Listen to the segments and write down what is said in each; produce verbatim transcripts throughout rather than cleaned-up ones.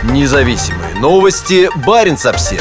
Независимые новости. Баренц-Обсервис.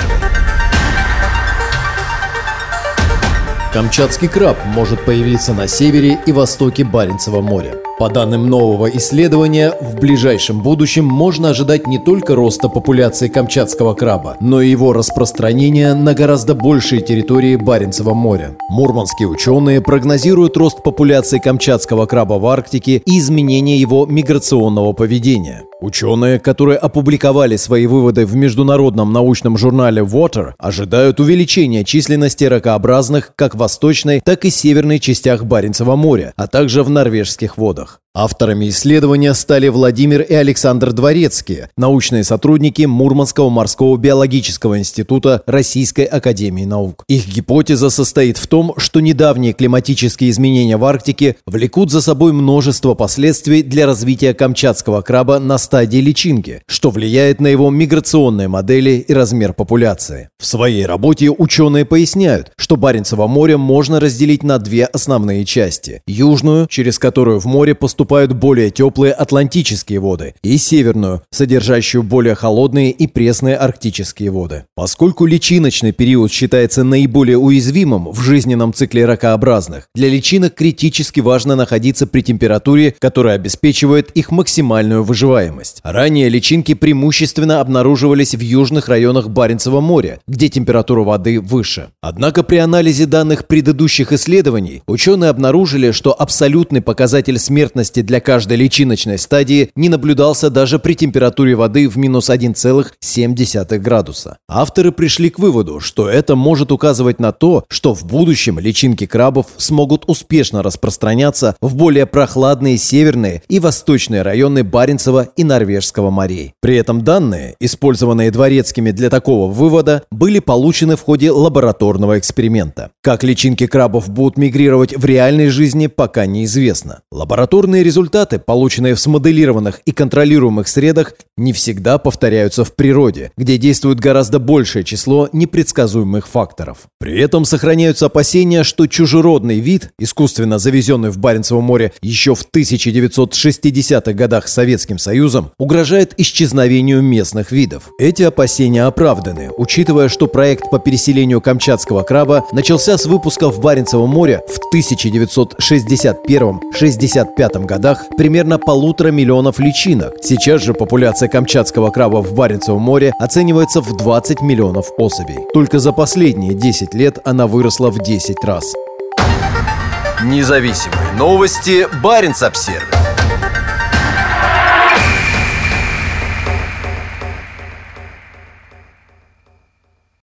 Камчатский краб может появиться на севере и востоке Баренцева моря. По данным нового исследования, в ближайшем будущем можно ожидать не только роста популяции камчатского краба, но и его распространения на гораздо большие территории Баренцева моря. Мурманские ученые прогнозируют рост популяции камчатского краба в Арктике и изменение его миграционного поведения. Ученые, которые опубликовали свои выводы в международном научном журнале Water, ожидают увеличения численности ракообразных как в восточной, так и северной частях Баренцева моря, а также в норвежских водах. Авторами исследования стали Владимир и Александр Дворецкие, научные сотрудники Мурманского морского биологического института Российской академии наук. Их гипотеза состоит в том, что недавние климатические изменения в Арктике влекут за собой множество последствий для развития камчатского краба на стадии личинки, что влияет на его миграционные модели и размер популяции. В своей работе ученые поясняют, что Баренцево море можно разделить на две основные части: южную, через которую в море поступают более теплые атлантические воды, и северную, содержащую более холодные и пресные арктические воды. Поскольку личиночный период считается наиболее уязвимым в жизненном цикле ракообразных, для личинок критически важно находиться при температуре, которая обеспечивает их максимальную выживаемость. Ранее личинки преимущественно обнаруживались в южных районах Баренцева моря, где температура воды выше. Однако при анализе данных предыдущих исследований ученые обнаружили, что абсолютный показатель смертности для каждой личиночной стадии не наблюдался даже при температуре воды в минус один целых семь десятых градуса. Авторы пришли к выводу, что это может указывать на то, что в будущем личинки крабов смогут успешно распространяться в более прохладные северные и восточные районы Баренцева и Норвежского морей. При этом данные, использованные Дворецкими для такого вывода, были получены в ходе лабораторного эксперимента. Как личинки крабов будут мигрировать в реальной жизни, пока неизвестно. Лабораторные результаты, полученные в смоделированных и контролируемых средах, не всегда повторяются в природе, где действует гораздо большее число непредсказуемых факторов. При этом сохраняются опасения, что чужеродный вид, искусственно завезенный в Баренцево море еще в тысяча девятьсот шестидесятых годах Советским Союзом, угрожает исчезновению местных видов. Эти опасения оправданы, учитывая, что проект по переселению камчатского краба начался с выпуска в Баренцево море в тысяча девятьсот шестьдесят первом — шестьдесят пятом годах примерно полутора миллионов личинок. Сейчас же популяция камчатского краба в Баренцевом море оценивается в двадцать миллионов особей. Только за последние десять лет она выросла в десять раз. Независимые новости. Баренц-Обсервис.